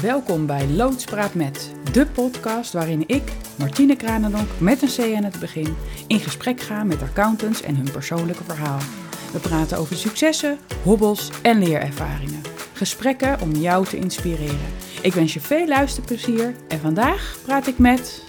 Welkom bij Loods Praat Met, de podcast waarin ik, Martine Kranendonk, met een C aan het begin, in gesprek ga met accountants en hun persoonlijke verhaal. We praten over successen, hobbels en leerervaringen. Gesprekken om jou te inspireren. Ik wens je veel luisterplezier en vandaag praat ik met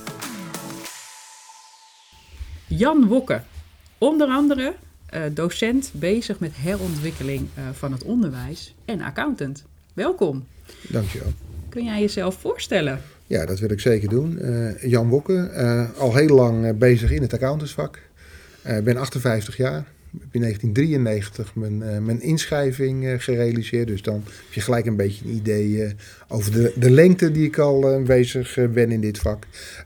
Jan Wokke. Onder andere docent bezig met herontwikkeling van het onderwijs en accountant. Welkom. Dankjewel. Kun jij jezelf voorstellen? Ja, dat wil ik zeker doen. Jan Wokke, al heel lang bezig in het accountantsvak. Ik ben 58 jaar. Ik heb in 1993 mijn inschrijving gerealiseerd. Dus dan heb je gelijk een beetje een idee over de lengte die ik al bezig ben in dit vak.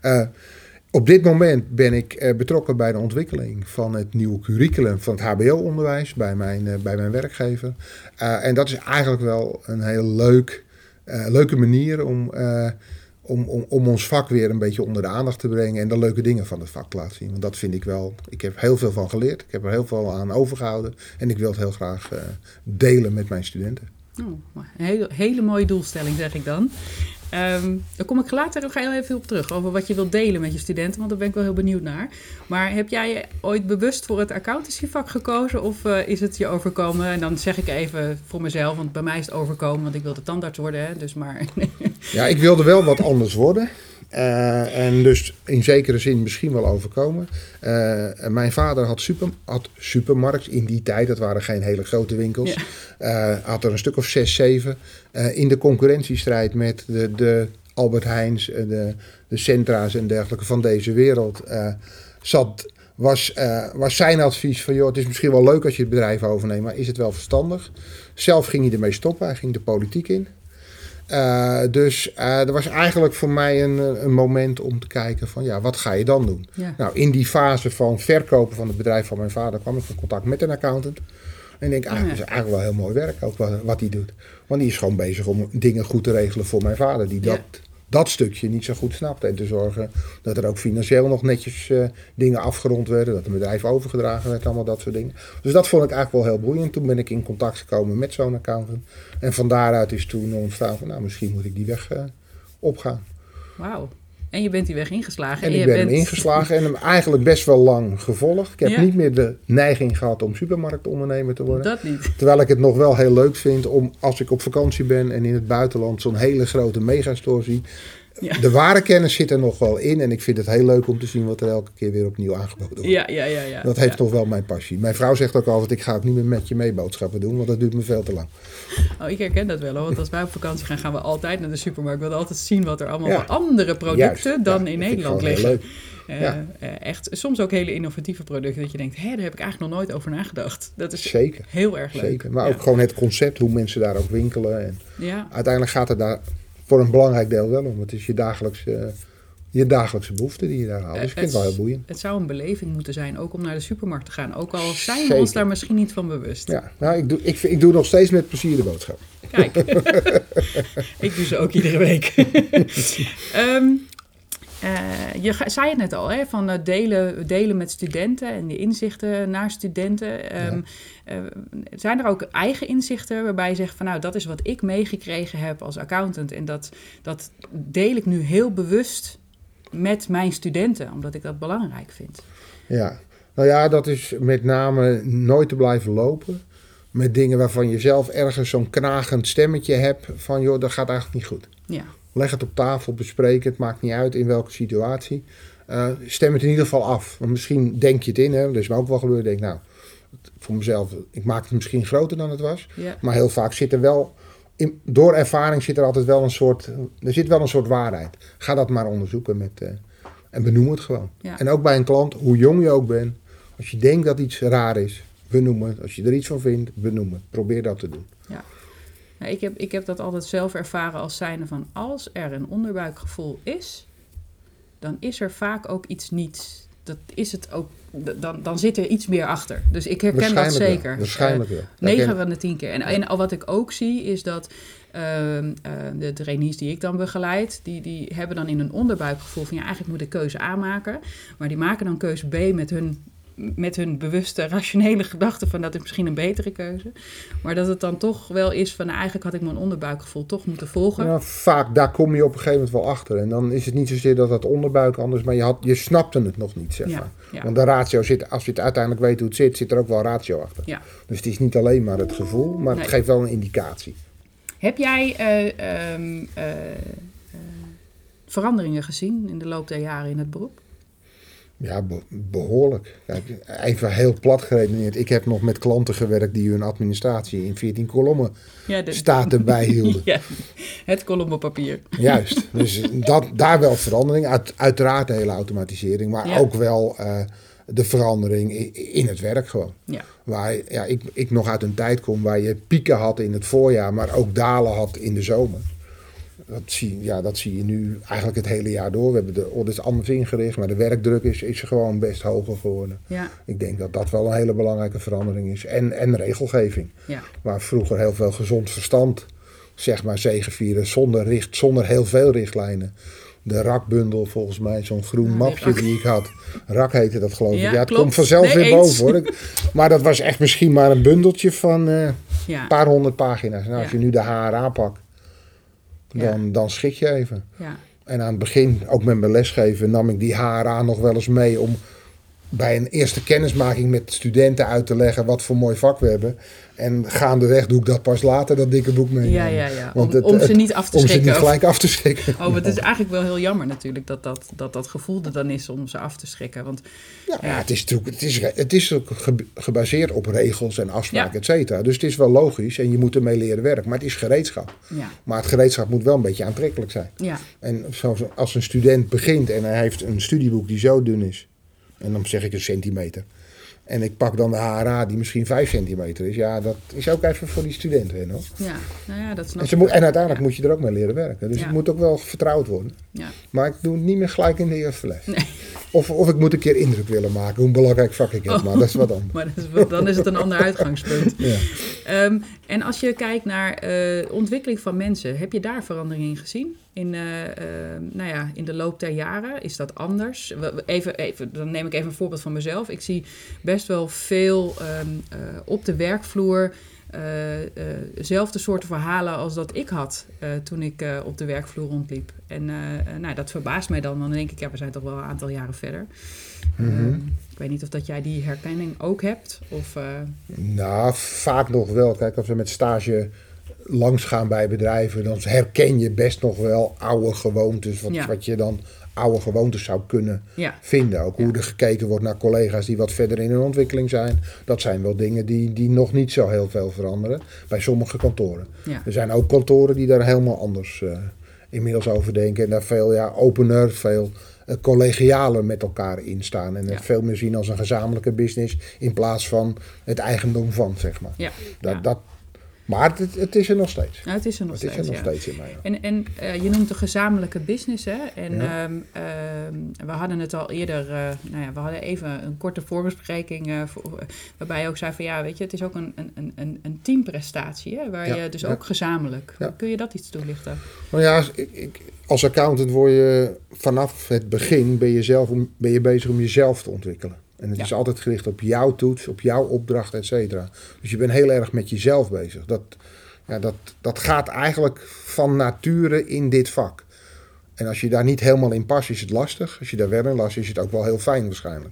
Op dit moment ben ik betrokken bij de ontwikkeling van het nieuwe curriculum van het HBO-onderwijs bij mijn werkgever. En dat is eigenlijk wel een heel leuke manier om ons vak weer een beetje onder de aandacht te brengen en de leuke dingen van het vak te laten zien. Want dat vind ik wel, ik heb heel veel van geleerd, ik heb er heel veel aan overgehouden en ik wil het heel graag delen met mijn studenten. Oh, een hele mooie doelstelling, zeg ik dan. Daar kom ik later nog heel even op terug, over wat je wilt delen met je studenten, want daar ben ik wel heel benieuwd naar. Maar heb jij ooit bewust voor het accountancyvak gekozen of is het je overkomen? En dan zeg ik even voor mezelf, want bij mij is het overkomen, want ik wilde tandarts worden, hè, dus maar... Ja, ik wilde wel wat anders worden. En dus in zekere zin misschien wel overkomen. Mijn vader had supermarkts in die tijd. Dat waren geen hele grote winkels. Ja. Had er een stuk of 6, 7. In de concurrentiestrijd met de Albert Heijns, de Centra's en dergelijke van deze wereld was zijn advies van, joh, het is misschien wel leuk als je het bedrijf overneemt, maar is het wel verstandig? Zelf ging hij ermee stoppen. Hij ging de politiek in. Dus er was eigenlijk voor mij een moment om te kijken van, ja, wat ga je dan doen? Ja. Nou, in die fase van verkopen van het bedrijf van mijn vader kwam ik in contact met een accountant. En ik denk, dat is eigenlijk wel heel mooi werk ook wat hij doet. Want die is gewoon bezig om dingen goed te regelen voor mijn vader, die dat stukje niet zo goed snapte. En te zorgen dat er ook financieel nog netjes dingen afgerond werden. Dat het bedrijf overgedragen werd, allemaal dat soort dingen. Dus dat vond ik eigenlijk wel heel boeiend. Toen ben ik in contact gekomen met zo'n accountant. En van daaruit is toen ontstaan van, nou, misschien moet ik die weg opgaan. Wauw. En je bent die weg ingeslagen. En ik ben hem ingeslagen en hem eigenlijk best wel lang gevolgd. Ik heb niet meer de neiging gehad om supermarktondernemer te worden. Dat niet. Terwijl ik het nog wel heel leuk vind om, als ik op vakantie ben en in het buitenland zo'n hele grote megastore zie. Ja. De ware kennis zit er nog wel in en ik vind het heel leuk om te zien wat er elke keer weer opnieuw aangeboden wordt. Ja. Dat heeft toch wel mijn passie. Mijn vrouw zegt ook altijd, ik ga ook niet meer met je mee boodschappen doen, want dat duurt me veel te lang. Oh, ik herken dat wel hoor, want als wij op vakantie gaan we altijd naar de supermarkt. We willen altijd zien wat er allemaal voor andere producten dan in Nederland liggen. Echt, soms ook hele innovatieve producten dat je denkt, daar heb ik eigenlijk nog nooit over nagedacht. Dat is zeker heel erg leuk. Zeker, maar ook gewoon het concept, hoe mensen daar ook winkelen. En uiteindelijk gaat het daar voor een belangrijk deel wel om. Het is je dagelijkse behoefte die je daar haalt. Dus ik vind het wel heel boeiend. Het zou een beleving moeten zijn, ook om naar de supermarkt te gaan. Ook al zijn we ons daar misschien niet van bewust. Ja, nou, ik doe nog steeds met plezier de boodschap. Kijk, ik doe ze ook iedere week. Je zei het net al, hè, van delen met studenten en de inzichten naar studenten. Zijn er ook eigen inzichten waarbij je zegt van, nou, dat is wat ik meegekregen heb als accountant en dat deel ik nu heel bewust met mijn studenten, omdat ik dat belangrijk vind? Ja, nou ja, dat is met name nooit te blijven lopen met dingen waarvan je zelf ergens zo'n knagend stemmetje hebt van, joh, dat gaat eigenlijk niet goed. Ja. Leg het op tafel, bespreek het, maakt niet uit in welke situatie. Stem het in ieder geval af. Want misschien denk je het in, hè, dat is me ook wel gebeurd. Ik denk, nou, voor mezelf, ik maak het misschien groter dan het was. Ja. Maar heel vaak zit er wel, door ervaring zit er altijd wel een soort waarheid. Ga dat maar onderzoeken en benoem het gewoon. Ja. En ook bij een klant, hoe jong je ook bent, als je denkt dat iets raar is, benoem het. Als je er iets van vindt, benoem het. Probeer dat te doen. Ja. Ik heb dat altijd zelf ervaren als zijnde van, als er een onderbuikgevoel is, dan is er vaak ook iets niets. Dat is het ook, dan zit er iets meer achter. Dus ik herken dat zeker. Wel. Waarschijnlijk wel. 9 van de 10 keer. En wat ik ook zie is dat de trainees die ik dan begeleid, die hebben dan in een onderbuikgevoel van, ja, eigenlijk moet ik keuze A maken. Maar die maken dan keuze B met hun met hun bewuste, rationele gedachten van dat is misschien een betere keuze. Maar dat het dan toch wel is van eigenlijk had ik mijn onderbuikgevoel toch moeten volgen. Ja, vaak, daar kom je op een gegeven moment wel achter. En dan is het niet zozeer dat onderbuik anders, maar je snapte het nog niet, zeg maar. Ja. Want de ratio zit, als je het uiteindelijk weet hoe het zit er ook wel ratio achter. Ja. Dus het is niet alleen maar het gevoel, maar het geeft wel een indicatie. Heb jij veranderingen gezien in de loop der jaren in het beroep? Ja, behoorlijk. Kijk, even heel plat geredeneerd. Ik heb nog met klanten gewerkt die hun administratie in 14 kolommen staten bijhielden. Ja, het kolommenpapier. Juist. Dus daar wel verandering. Uiteraard de hele automatisering, maar ook wel de verandering in het werk gewoon. Ja. Waar ik nog uit een tijd kom waar je pieken had in het voorjaar, maar ook dalen had in de zomer. Dat zie je nu eigenlijk het hele jaar door. We hebben de audits anders ingericht, maar de werkdruk is gewoon best hoger geworden. Ja. Ik denk dat dat wel een hele belangrijke verandering is. En regelgeving. Ja. Waar vroeger heel veel gezond verstand, zeg maar, zegevieren, zonder heel veel richtlijnen. De RAK-bundel, volgens mij, zo'n groen mapje die ik had. RAK heette dat, geloof ik. Ja, het komt vanzelf weer boven, hoor. Maar dat was echt misschien maar een bundeltje van een paar 100 pagina's. Nou, als je nu de HRA pakt, dan schik je even. Ja. En aan het begin, ook met mijn lesgeven, nam ik die HRA nog wel eens mee om bij een eerste kennismaking met studenten uit te leggen wat voor mooi vak we hebben. En gaandeweg doe ik dat pas later, dat dikke boek mee. Ja. Om ze niet af te schrikken. Om ze niet gelijk af te schrikken. Oh, maar het is eigenlijk wel heel jammer natuurlijk dat gevoel er dan is om ze af te schrikken. Want, het is ook gebaseerd op regels en afspraken, et cetera. Dus het is wel logisch en je moet ermee leren werken. Maar het is gereedschap. Ja. Maar het gereedschap moet wel een beetje aantrekkelijk zijn. Ja. En als een student begint en hij heeft een studieboek die zo dun is, en dan zeg ik een centimeter. En ik pak dan de HRA die misschien 5 centimeter is. Ja, dat is ook even voor die studenten. Hè, ja, nou ja, dat snap ik. En uiteindelijk moet je er ook mee leren werken. Dus het moet ook wel vertrouwd worden. Ja. Maar ik doe het niet meer gelijk in de eerste les. Nee. Of ik moet een keer indruk willen maken hoe een belangrijk vak ik heb. Maar dat is wat anders. Maar dan is het een ander uitgangspunt. Ja. En als je kijkt naar ontwikkeling van mensen, heb je daar verandering in gezien? In de loop der jaren is dat anders. Dan neem ik even een voorbeeld van mezelf. Ik zie best wel veel op de werkvloer zelfde soorten verhalen als dat ik had toen ik op de werkvloer rondliep. En dat verbaast mij dan. Dan denk ik, we zijn toch wel een aantal jaren verder. Mm-hmm. Ik weet niet of dat jij die herkenning ook hebt. Nou, vaak nog wel. Kijk, als we met stage langs gaan bij bedrijven, dan herken je best nog wel oude gewoontes. Wat je dan oude gewoontes zou kunnen vinden. Ook hoe er gekeken wordt naar collega's die wat verder in hun ontwikkeling zijn. Dat zijn wel dingen die nog niet zo heel veel veranderen. Bij sommige kantoren. Ja. Er zijn ook kantoren die daar helemaal anders inmiddels over denken. En daar veel opener, veel collegialer met elkaar in staan. En het veel meer zien als een gezamenlijke business in plaats van het eigendom van, zeg maar. Ja. Maar het is er nog steeds. Nou, het is er nog steeds in mij. En je noemt de gezamenlijke business, hè? En we hadden het al eerder, we hadden even een korte voorbespreking waarbij je ook zei van weet je, het is ook een teamprestatie, hè? Waar je dus ook gezamenlijk. Ja. Kun je dat iets toelichten? Nou ja, als accountant word je vanaf het begin ben je bezig om jezelf te ontwikkelen. En het is altijd gericht op jouw toets, op jouw opdracht, et cetera. Dus je bent heel erg met jezelf bezig. Dat gaat eigenlijk van nature in dit vak. En als je daar niet helemaal in past, is het lastig. Als je daar wel in last, is het ook wel heel fijn waarschijnlijk.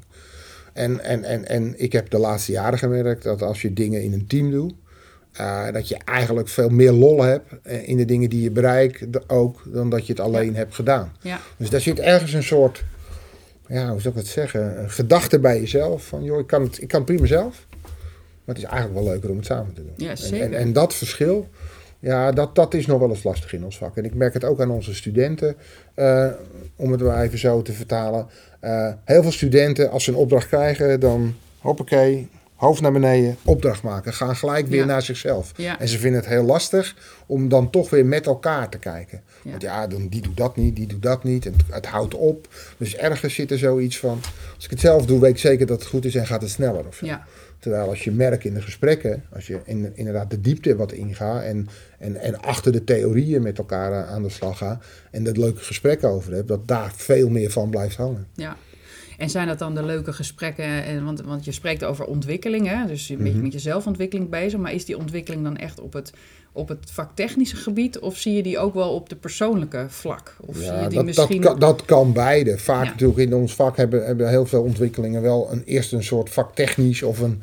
En ik heb de laatste jaren gemerkt dat als je dingen in een team doet, dat je eigenlijk veel meer lol hebt in de dingen die je bereikt ook, dan dat je het alleen hebt gedaan. Ja. Dus daar zit ergens een soort, hoe zou ik het zeggen, een gedachte bij jezelf van, ik kan prima zelf, maar het is eigenlijk wel leuker om het samen te doen. Ja, zeker. En dat verschil, dat is nog wel eens lastig in ons vak. En ik merk het ook aan onze studenten, om het maar even zo te vertalen. Heel veel studenten, als ze een opdracht krijgen, dan hoppakee, hoofd naar beneden, opdracht maken. Gaan gelijk weer naar zichzelf. Ja. En ze vinden het heel lastig om dan toch weer met elkaar te kijken. Ja. Want die doet dat niet, die doet dat niet. En het houdt op. Dus ergens zit er zoiets van, als ik het zelf doe, weet ik zeker dat het goed is en gaat het sneller of zo. Ja. Terwijl als je merkt in de gesprekken, als je inderdaad de diepte wat ingaat en achter de theorieën met elkaar aan de slag gaat en er leuke gesprekken over hebt, dat daar veel meer van blijft hangen. Ja. En zijn dat dan de leuke gesprekken? Want je spreekt over ontwikkeling, hè? Dus een beetje met je zelfontwikkeling bezig. Maar is die ontwikkeling dan echt op het vaktechnische gebied? Of zie je die ook wel op de persoonlijke vlak? Of zie je die misschien... dat kan beide. Vaak natuurlijk in ons vak hebben heel veel ontwikkelingen wel eerst een soort vaktechnisch of een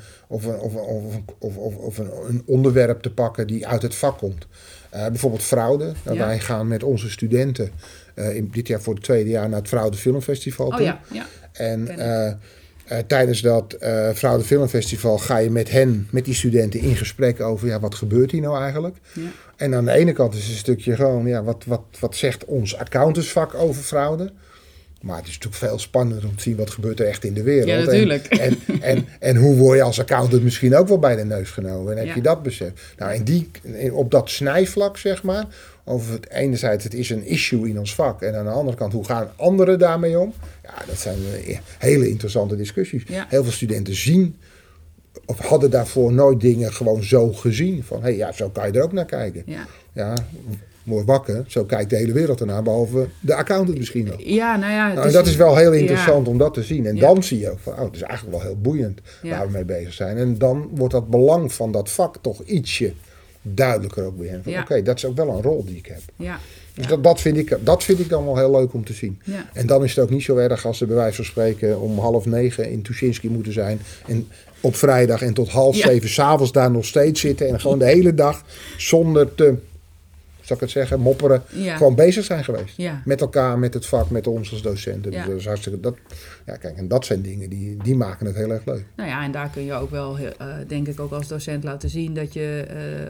onderwerp te pakken die uit het vak komt. Bijvoorbeeld fraude. Wij gaan met onze studenten dit jaar voor het tweede jaar naar het Fraude Filmfestival toe. Ja. En tijdens dat Fraude Filmfestival ga je met die studenten in gesprek over wat gebeurt hier nou eigenlijk. Ja. En aan de ene kant is het een stukje gewoon, wat zegt ons accountantsvak over fraude? Maar het is natuurlijk veel spannender om te zien wat gebeurt er echt in de wereld. Ja, natuurlijk. En hoe word je als accountant misschien ook wel bij de neus genomen? En heb je dat besef? Nou, op dat snijvlak, zeg maar, over het enerzijds, het is een issue in ons vak. En aan de andere kant, hoe gaan anderen daarmee om? Ja, dat zijn hele interessante discussies. Ja. Heel veel studenten zien of hadden daarvoor nooit dingen gewoon zo gezien. Van, zo kan je er ook naar kijken. Ja, mooi wakker, zo kijkt de hele wereld ernaar, behalve de accountant misschien nog. En dat is wel heel interessant om dat te zien. En dan zie je ook van, het is eigenlijk wel heel boeiend waar we mee bezig zijn. En dan wordt dat belang van dat vak toch ietsje duidelijker ook bij hen. Oké, dat is ook wel een rol die ik heb. Ja. Dus dat vind ik dan wel heel leuk om te zien. Ja. En dan is het ook niet zo erg als ze bij wijze van spreken om 8:30 in Tuschinski moeten zijn. En op vrijdag en tot 6:30 s'avonds daar nog steeds zitten. En gewoon de hele dag zonder te, zal ik het zeggen, mopperen. Ja. Gewoon bezig zijn geweest. Ja. Met elkaar, met het vak, met ons als docenten. Ja. Dus dat is hartstikke, kijk, en dat zijn dingen die maken het heel erg leuk. Nou ja, en daar kun je ook wel, denk ik, ook als docent laten zien dat je,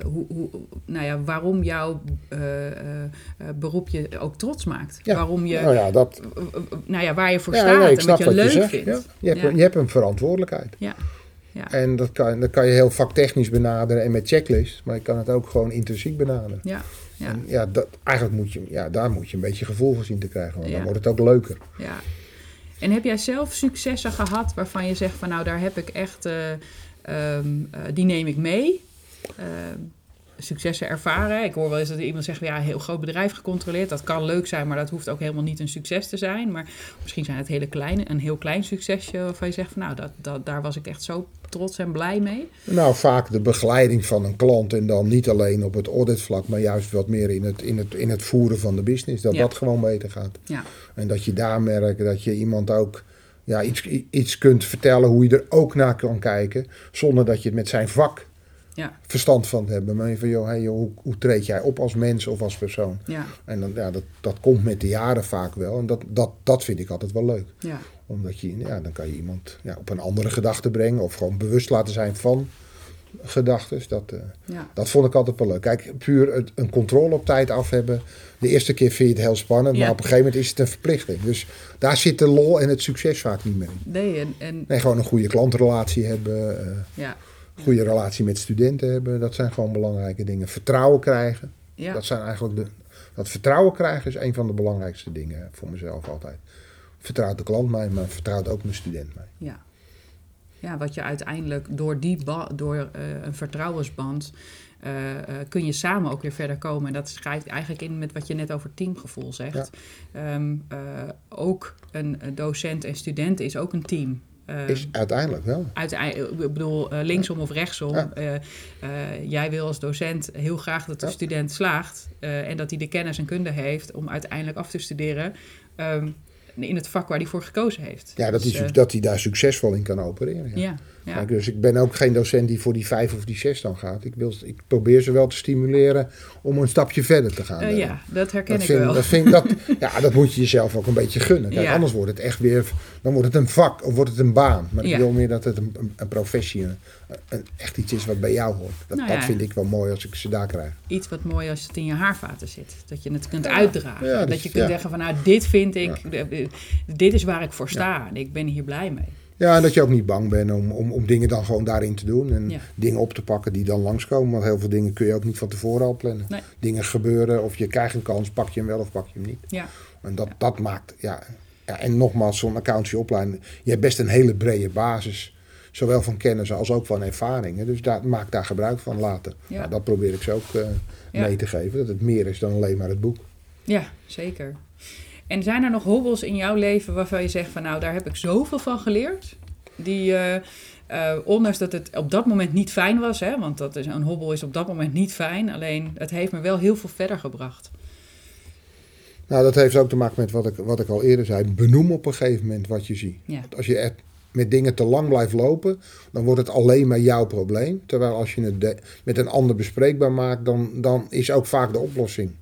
waarom jouw beroep je ook trots maakt. Ja. Waarom je, waar je voor staat en wat je leuk vindt. Ja. Je hebt een verantwoordelijkheid. Ja. Ja. En dat kan je heel vaktechnisch benaderen en met checklist, maar je kan het ook gewoon intrinsiek benaderen. Ja. Ja. En daar moet je een beetje gevoel voor zien te krijgen, want dan wordt het ook leuker. Ja. En heb jij zelf successen gehad waarvan je zegt van daar heb ik echt, die neem ik mee? Successen ervaren. Ik hoor wel eens dat iemand zegt, een heel groot bedrijf gecontroleerd. Dat kan leuk zijn, maar dat hoeft ook helemaal niet een succes te zijn. Maar misschien zijn het een heel klein succesje waarvan je zegt van daar was ik echt zo trots en blij mee. Nou, vaak de begeleiding van een klant en dan niet alleen op het auditvlak, maar juist wat meer in het voeren van de business. Dat gewoon beter gaat. Ja. En dat je daar merkt dat je iemand ook iets kunt vertellen hoe je er ook naar kan kijken, zonder dat je het met zijn vak verstand van te hebben. Maar even hoe treed jij op als mens of als persoon? Ja. En dan, dat komt met de jaren vaak wel. En dat vind ik altijd wel leuk. Ja. Omdat dan kan je iemand op een andere gedachte brengen of gewoon bewust laten zijn van gedachten. Dat vond ik altijd wel leuk. Kijk, puur een controle op tijd af hebben. De eerste keer vind je het heel spannend, maar op een gegeven moment is het een verplichting. Dus daar zit de lol en het succes vaak niet mee. Nee, gewoon een goede klantrelatie hebben. Goede relatie met studenten hebben. Dat zijn gewoon belangrijke dingen. Vertrouwen krijgen. Ja. Dat zijn eigenlijk dat vertrouwen krijgen is een van de belangrijkste dingen voor mezelf altijd. Vertrouwt de klant mij, maar vertrouwt ook mijn student mij. Ja, wat je uiteindelijk door een vertrouwensband kun je samen ook weer verder komen. En dat schrijft eigenlijk in met wat je net over teamgevoel zegt. Ja. Ook een docent en student is ook een team. Is uiteindelijk wel. Ik bedoel, linksom of rechtsom. Ja. Jij wil als docent heel graag dat de student slaagt. En dat hij de kennis en kunde heeft om uiteindelijk af te studeren in het vak waar hij voor gekozen heeft. Ja, dat hij daar succesvol in kan opereren. Ja. Kijk, dus ik ben ook geen docent die voor die 5 of die 6 dan gaat. Ik probeer ze wel te stimuleren om een stapje verder te gaan. Dat herken ik wel. Dat moet je jezelf ook een beetje gunnen. Kijk, anders wordt het echt weer, dan wordt het een vak of wordt het een baan. Maar ik wil meer dat het een professie, echt iets is wat bij jou hoort. Dat vind ik wel mooi als ik ze daar krijg. Iets wat mooi als het in je haarvaten zit. Dat je het kunt uitdragen. Ja, dat je kunt zeggen van dit vind ik, dit is waar ik voor sta. En ik ben hier blij mee. Ja, en dat je ook niet bang bent om dingen dan gewoon daarin te doen. En dingen op te pakken die dan langskomen. Want heel veel dingen kun je ook niet van tevoren al plannen. Nee. Dingen gebeuren of je krijgt een kans, pak je hem wel of pak je hem niet. Ja. En dat maakt, en nogmaals, zo'n accountancyopleiding. Je hebt best een hele brede basis. Zowel van kennis als ook van ervaringen. Dus maak daar gebruik van later. Ja. Dat probeer ik ze ook mee te geven. Dat het meer is dan alleen maar het boek. Ja, zeker. En zijn er nog hobbels in jouw leven waarvan je zegt van nou, daar heb ik zoveel van geleerd? Die, ondanks dat het op dat moment niet fijn was, hè, want een hobbel is op dat moment niet fijn. Alleen het heeft me wel heel veel verder gebracht. Nou, dat heeft ook te maken met wat ik al eerder zei. Benoem op een gegeven moment wat je ziet. Ja. Want als je met dingen te lang blijft lopen, dan wordt het alleen maar jouw probleem. Terwijl als je het met een ander bespreekbaar maakt, dan is ook vaak de oplossing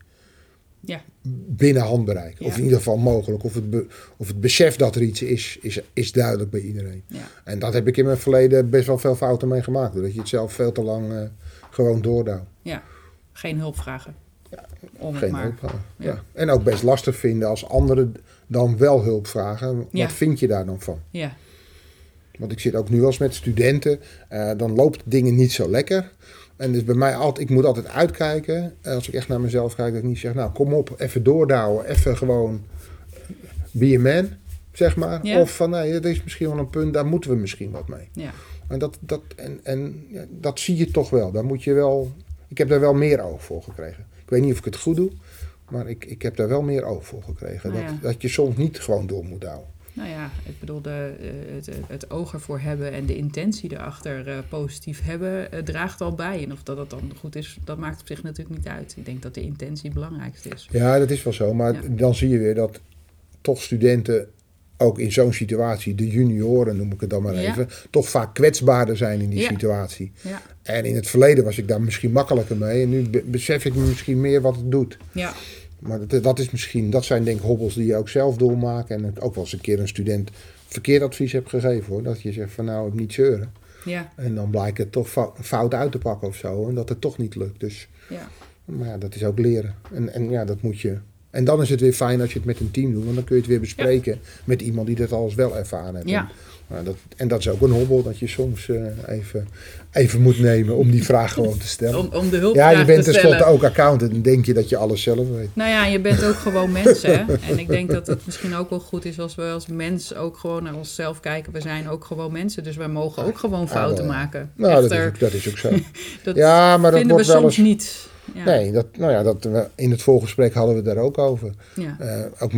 binnen handbereik. Ja. Of in ieder geval mogelijk. Of het besef dat er iets is duidelijk bij iedereen. Ja. En dat heb ik in mijn verleden best wel veel fouten mee gemaakt. Doordat je het zelf veel te lang gewoon doordouwt. Ja, geen hulp vragen. Ja, Geen hulp vragen. Ja. En ook best lastig vinden als anderen dan wel hulp vragen. Wat vind je daar dan van? Ja. Want ik zit ook nu als met studenten. Dan loopt dingen niet zo lekker. En dus bij mij ik moet altijd uitkijken. Als ik echt naar mezelf kijk, dat ik niet zeg, nou kom op, even doordouwen. Even gewoon be a man, zeg maar. Ja. Of van, nee, dat is misschien wel een punt, daar moeten we misschien wat mee. Ja. En dat zie je toch wel. Daar moet je wel. Ik heb daar wel meer oog voor gekregen. Ik weet niet of ik het goed doe, maar ik heb daar wel meer oog voor gekregen. Nou ja. Dat je soms niet gewoon door moet douwen. Nou ja, ik bedoel, het oog ervoor hebben en de intentie erachter positief hebben, draagt al bij. En of dat dan goed is, dat maakt op zich natuurlijk niet uit. Ik denk dat de intentie het belangrijkste is. Ja, dat is wel zo. Maar dan zie je weer dat toch studenten ook in zo'n situatie, de junioren noem ik het dan maar even, toch vaak kwetsbaarder zijn in die situatie. Ja. En in het verleden was ik daar misschien makkelijker mee. En nu besef ik me misschien meer wat het doet. Ja. Maar dat zijn denk ik hobbels die je ook zelf doormaakt. En ik ook wel eens een keer een student verkeerd advies heb gegeven hoor. Dat je zegt van nou, niet zeuren. Ja. En dan blijkt het toch fout uit te pakken of zo. En dat het toch niet lukt. Dus, maar ja, dat is ook leren. En ja, dat moet je. En dan is het weer fijn als je het met een team doet. Want dan kun je het weer bespreken met iemand die dat alles wel ervaren heeft. Ja. En dat is ook een hobbel dat je soms even moet nemen om die vraag gewoon te stellen. Om de hulp te stellen. Ja, je bent tenslotte ook accountant en denk je dat je alles zelf weet. Nou ja, je bent ook gewoon mens, hè. En ik denk dat het misschien ook wel goed is als we als mens ook gewoon naar onszelf kijken. We zijn ook gewoon mensen, dus wij mogen ook gewoon fouten maken. Nou, dat is ook zo. Dat maar dat vinden wordt we wel soms eens niet. Ja. Nee, in het voorgesprek hadden we het daar ook over. Ja. Ook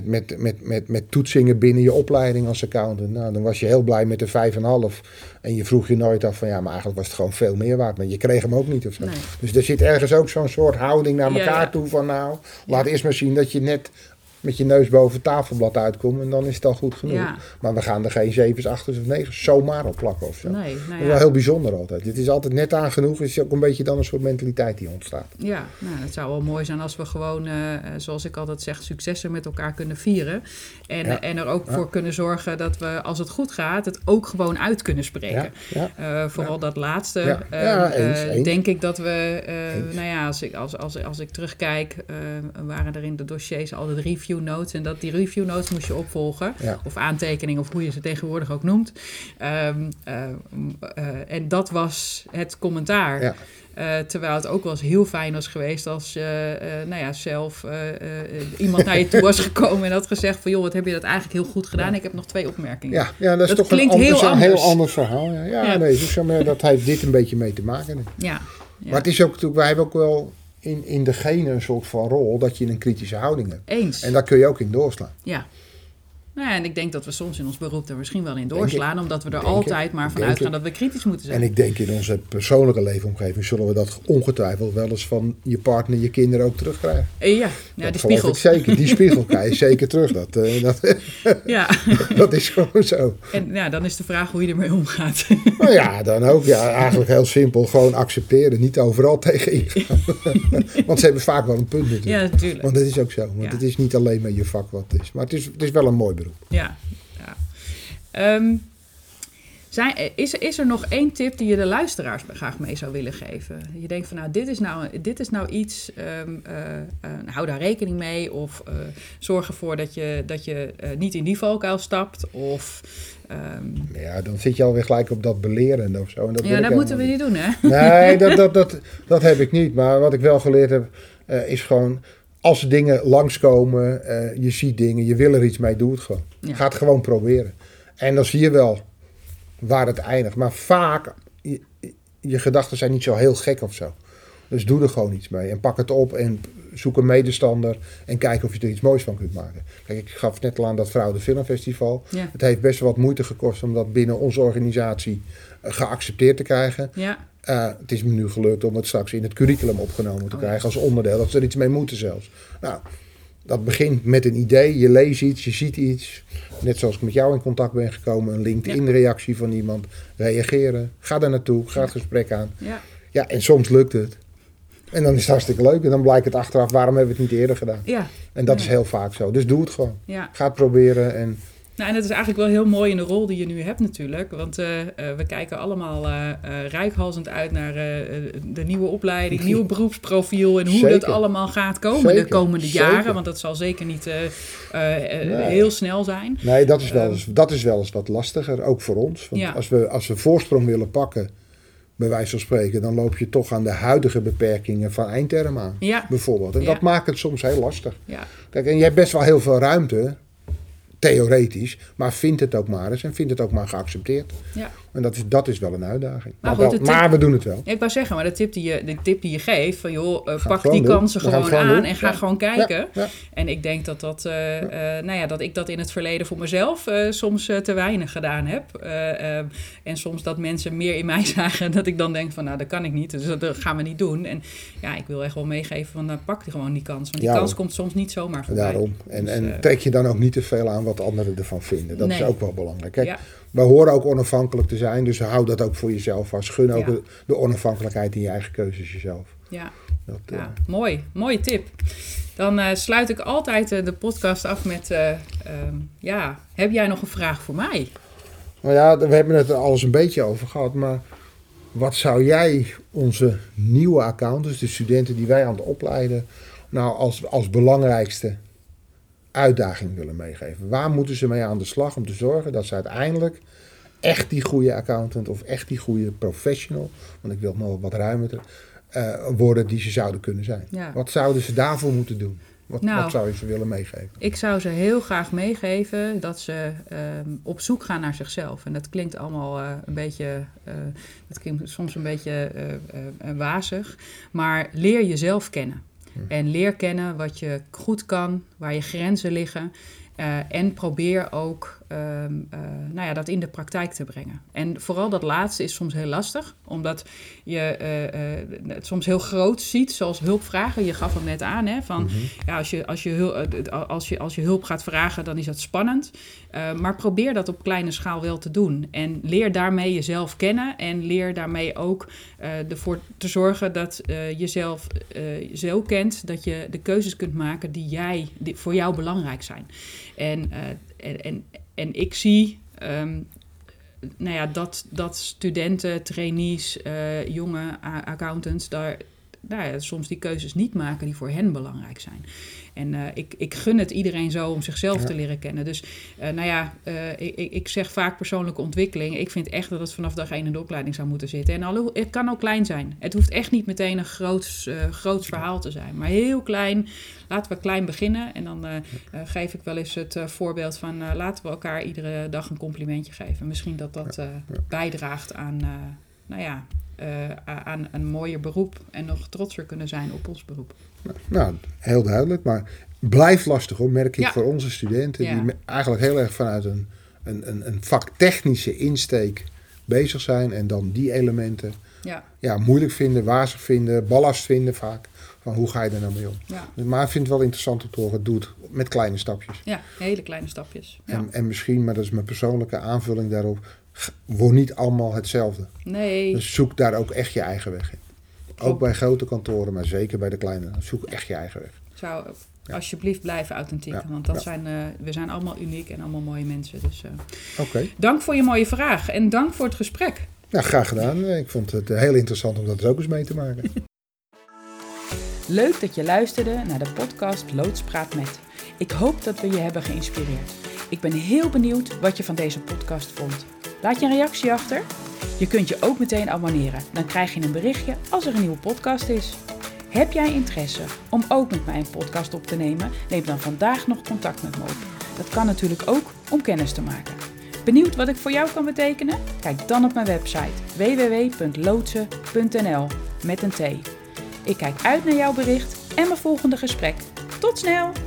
met toetsingen binnen je opleiding als accountant. Nou, dan was je heel blij met de 5,5. En je vroeg je nooit af van ja, maar eigenlijk was het gewoon veel meer waard. Maar je kreeg hem ook niet of zo. Nee. Dus er zit ergens ook zo'n soort houding naar elkaar toe van nou, laat eerst maar zien dat je net met je neus boven het tafelblad uitkomt en dan is het al goed genoeg. Ja. Maar we gaan er geen 7's, 8's of 9's zomaar op plakken of zo. Nee, dat is wel heel bijzonder altijd. Het is altijd net aan genoeg. Het is ook een beetje dan een soort mentaliteit die ontstaat. Ja, nou, het zou wel mooi zijn als we gewoon, zoals ik altijd zeg, successen met elkaar kunnen vieren. En er ook voor kunnen zorgen dat we, als het goed gaat, het ook gewoon uit kunnen spreken. Vooral dat laatste. Eens. Denk ik dat we, nou ja, als ik terugkijk, waren er in de dossiers altijd review notes. En dat die review notes moest je opvolgen. Ja. Of aantekeningen, of hoe je ze tegenwoordig ook noemt. En dat was het commentaar. Ja. Terwijl het ook wel eens heel fijn was geweest als zelf iemand naar je toe was gekomen en had gezegd van joh, wat heb je dat eigenlijk heel goed gedaan? Ik heb nog 2 opmerkingen. Ja, dat is toch klinkt een heel ander verhaal. Nee, dat heeft dit een beetje mee te maken. Ja. Maar het is ook natuurlijk, wij hebben ook wel in de genen een soort van rol dat je een kritische houding hebt. Eens. En daar kun je ook in doorslaan. Ja. Nou ja, en ik denk dat we soms in ons beroep er misschien wel in doorslaan, omdat we er altijd maar van uitgaan dat we kritisch moeten zijn. En ik denk in onze persoonlijke leefomgeving zullen we dat ongetwijfeld wel eens van je partner, je kinderen ook terugkrijgen. Ja, die spiegels. Zeker, die spiegel krijg je zeker terug. Dat is gewoon zo. En ja, dan is de vraag hoe je ermee omgaat. Nou ja, dan ook. Ja, eigenlijk heel simpel. Gewoon accepteren, niet overal tegen ingaan. Want ze hebben vaak wel een punt natuurlijk. Ja, natuurlijk. Want dat is ook zo. Want het is niet alleen maar je vak wat het is. Maar het is wel een mooi beroep. Ja. Is er nog 1 tip die je de luisteraars graag mee zou willen geven? Je denkt van nou, dit is nou iets, hou daar rekening mee. Of zorg ervoor dat je niet in die valkuil stapt. Of, Ja, dan zit je alweer gelijk op dat beleren of zo. En dat moeten we niet doen, hè? Nee, dat heb ik niet. Maar wat ik wel geleerd heb, is gewoon als dingen langskomen, je ziet dingen, je wil er iets mee, doe het gewoon. Ja. Ga het gewoon proberen. En dan zie je wel waar het eindigt. Maar vaak, je gedachten zijn niet zo heel gek of zo. Dus doe er gewoon iets mee. En pak het op en zoek een medestander en kijk of je er iets moois van kunt maken. Kijk, ik gaf net al aan dat Fraude Filmfestival. Ja. Het heeft best wel wat moeite gekost om dat binnen onze organisatie geaccepteerd te krijgen. Ja. Het is me nu gelukt om het straks in het curriculum opgenomen te krijgen als onderdeel. Dat ze er iets mee moeten zelfs. Nou, dat begint met een idee. Je leest iets, je ziet iets. Net zoals ik met jou in contact ben gekomen. Een LinkedIn-reactie van iemand. Reageren. Ga daar naartoe. Ga het gesprek aan. Ja, en soms lukt het. En dan is het hartstikke leuk. En dan blijkt het achteraf, waarom hebben we het niet eerder gedaan? Ja. En dat is heel vaak zo. Dus doe het gewoon. Ja. Ga het proberen. En dat is eigenlijk wel heel mooi in de rol die je nu hebt natuurlijk. Want we kijken allemaal reikhalzend uit naar de nieuwe opleiding, nieuw beroepsprofiel en hoe dat allemaal gaat komen de komende jaren. Want dat zal zeker niet heel snel zijn. Nee, dat is wel eens wat lastiger, ook voor ons. Want als we voorsprong willen pakken, bij wijze van spreken, dan loop je toch aan de huidige beperkingen van eindterm aan, bijvoorbeeld. En dat maakt het soms heel lastig. Ja. Kijk, en je hebt best wel heel veel ruimte, theoretisch, maar vind het ook maar eens en vind het ook maar geaccepteerd. Ja. En dat is wel een uitdaging. Maar we doen het wel. Ja, ik wou zeggen, maar de tip die je geeft, van joh, pak die kansen gewoon aan en ga gewoon kijken. Ja. Ja. En ik denk dat ik dat in het verleden voor mezelf soms te weinig gedaan heb. En soms dat mensen meer in mij zagen dat ik dan denk van, dat kan ik niet, dus dat gaan we niet doen. En ja, ik wil echt wel meegeven van, pak gewoon die kans. Want die kans komt soms niet zomaar voorbij. Daarom. En trek je dan ook niet te veel aan wat anderen ervan vinden. Dat is ook wel belangrijk. Kijk, wij horen ook onafhankelijk te zijn, dus hou dat ook voor jezelf vast. Gun ook de onafhankelijkheid in je eigen keuzes jezelf. Ja, mooi. Mooie tip. Dan sluit ik altijd de podcast af met, heb jij nog een vraag voor mij? Nou ja, we hebben het er alles een beetje over gehad, maar wat zou jij onze nieuwe accountants, de studenten die wij aan het opleiden, nou als belangrijkste uitdaging willen meegeven? Waar moeten ze mee aan de slag om te zorgen dat ze uiteindelijk echt die goede accountant of echt die goede professional, want ik wil het nog wat ruimer worden die ze zouden kunnen zijn? Ja. Wat zouden ze daarvoor moeten doen? Wat zou je ze willen meegeven? Ik zou ze heel graag meegeven dat ze op zoek gaan naar zichzelf. En dat klinkt allemaal een beetje, dat klinkt soms een beetje wazig, maar leer jezelf kennen. En leer kennen wat je goed kan, waar je grenzen liggen. En probeer ook dat in de praktijk te brengen. En vooral dat laatste is soms heel lastig. Omdat je het soms heel groot ziet, zoals hulpvragen. Je gaf hem net aan, hè, van als je hulp gaat vragen, dan is dat spannend. Maar probeer dat op kleine schaal wel te doen. En leer daarmee jezelf kennen. En leer daarmee ook ervoor te zorgen dat je jezelf zo kent dat je de keuzes kunt maken die voor jou belangrijk zijn. En ik zie dat studenten, trainees, jonge accountants daar soms die keuzes niet maken die voor hen belangrijk zijn. En ik gun het iedereen zo om zichzelf te leren kennen. Dus ik zeg vaak persoonlijke ontwikkeling. Ik vind echt dat het vanaf dag 1 in de opleiding zou moeten zitten. En het kan ook klein zijn. Het hoeft echt niet meteen een groots verhaal te zijn. Maar heel klein. Laten we klein beginnen. En dan geef ik wel eens het voorbeeld van laten we elkaar iedere dag een complimentje geven. Misschien dat bijdraagt aan aan een mooier beroep en nog trotser kunnen zijn op ons beroep. Nou, heel duidelijk, maar blijft lastig hoor, merk ik voor onze studenten die eigenlijk heel erg vanuit een vaktechnische insteek bezig zijn en dan die elementen moeilijk vinden, wazig vinden, ballast vinden vaak. Van hoe ga je er nou mee om? Ja. Maar ik vind het wel interessant om te horen, doe het met kleine stapjes. Ja, hele kleine stapjes. Ja. En misschien, maar dat is mijn persoonlijke aanvulling daarop, wordt niet allemaal hetzelfde. Nee. Dus zoek daar ook echt je eigen weg in. Ook bij grote kantoren, maar zeker bij de kleine. Zoek echt je eigen weg. Zou alsjeblieft blijven authentiek. Ja. Want we zijn allemaal uniek en allemaal mooie mensen. Dus dank voor je mooie vraag en dank voor het gesprek. Ja, graag gedaan. Ik vond het heel interessant om dat er ook eens mee te maken. Leuk dat je luisterde naar de podcast Loods Praat Met. Ik hoop dat we je hebben geïnspireerd. Ik ben heel benieuwd wat je van deze podcast vond. Laat je een reactie achter. Je kunt je ook meteen abonneren. Dan krijg je een berichtje als er een nieuwe podcast is. Heb jij interesse om ook met mij een podcast op te nemen? Neem dan vandaag nog contact met me op. Dat kan natuurlijk ook om kennis te maken. Benieuwd wat ik voor jou kan betekenen? Kijk dan op mijn website www.loodsen.nl met een T. Ik kijk uit naar jouw bericht en mijn volgende gesprek. Tot snel!